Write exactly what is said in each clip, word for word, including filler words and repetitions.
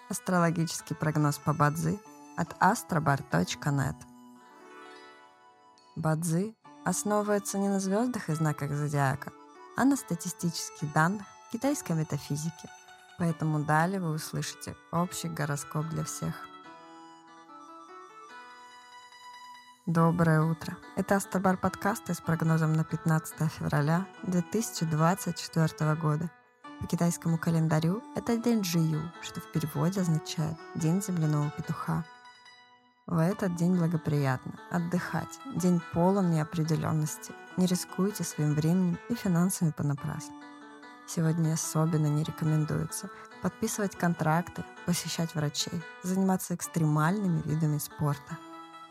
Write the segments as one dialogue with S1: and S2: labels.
S1: Астрологический прогноз по Бадзи от астробар точка нет. Бадзи основывается не на звездах и знаках зодиака, а на статистических данных китайской метафизики. Поэтому далее вы услышите общий гороскоп для всех. Доброе утро! Это Астробар подкасты с прогнозом на пятнадцатое февраля две тысячи двадцать четвёртого года. По китайскому календарю это день Джию, что в переводе означает «День земляного петуха». В этот день благоприятно отдыхать, день полон неопределенности. Не рискуйте своим временем и финансами понапрасну. Сегодня особенно не рекомендуется подписывать контракты, посещать врачей, заниматься экстремальными видами спорта.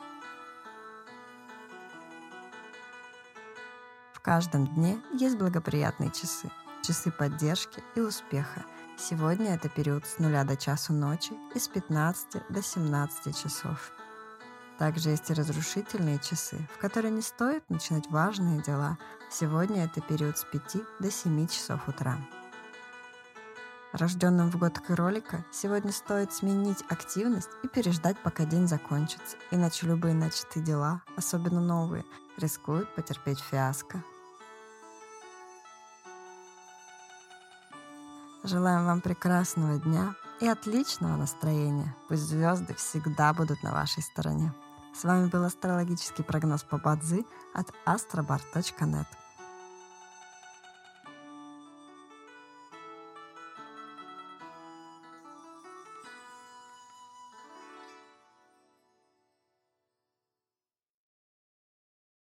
S1: В каждом дне есть благоприятные часы, часы поддержки и успеха. Сегодня это период с нуля до часу ночи и с пятнадцати до семнадцати часов. Также есть и разрушительные часы, в которые не стоит начинать важные дела. Сегодня это период с пяти до семи часов утра. Рожденным в год кролика сегодня стоит сменить активность и переждать, пока день закончится, иначе любые начатые дела, особенно новые, рискуют потерпеть фиаско. Желаем вам прекрасного дня и отличного настроения. Пусть звезды всегда будут на вашей стороне. С вами был астрологический прогноз по Бадзи от астробар точка нет.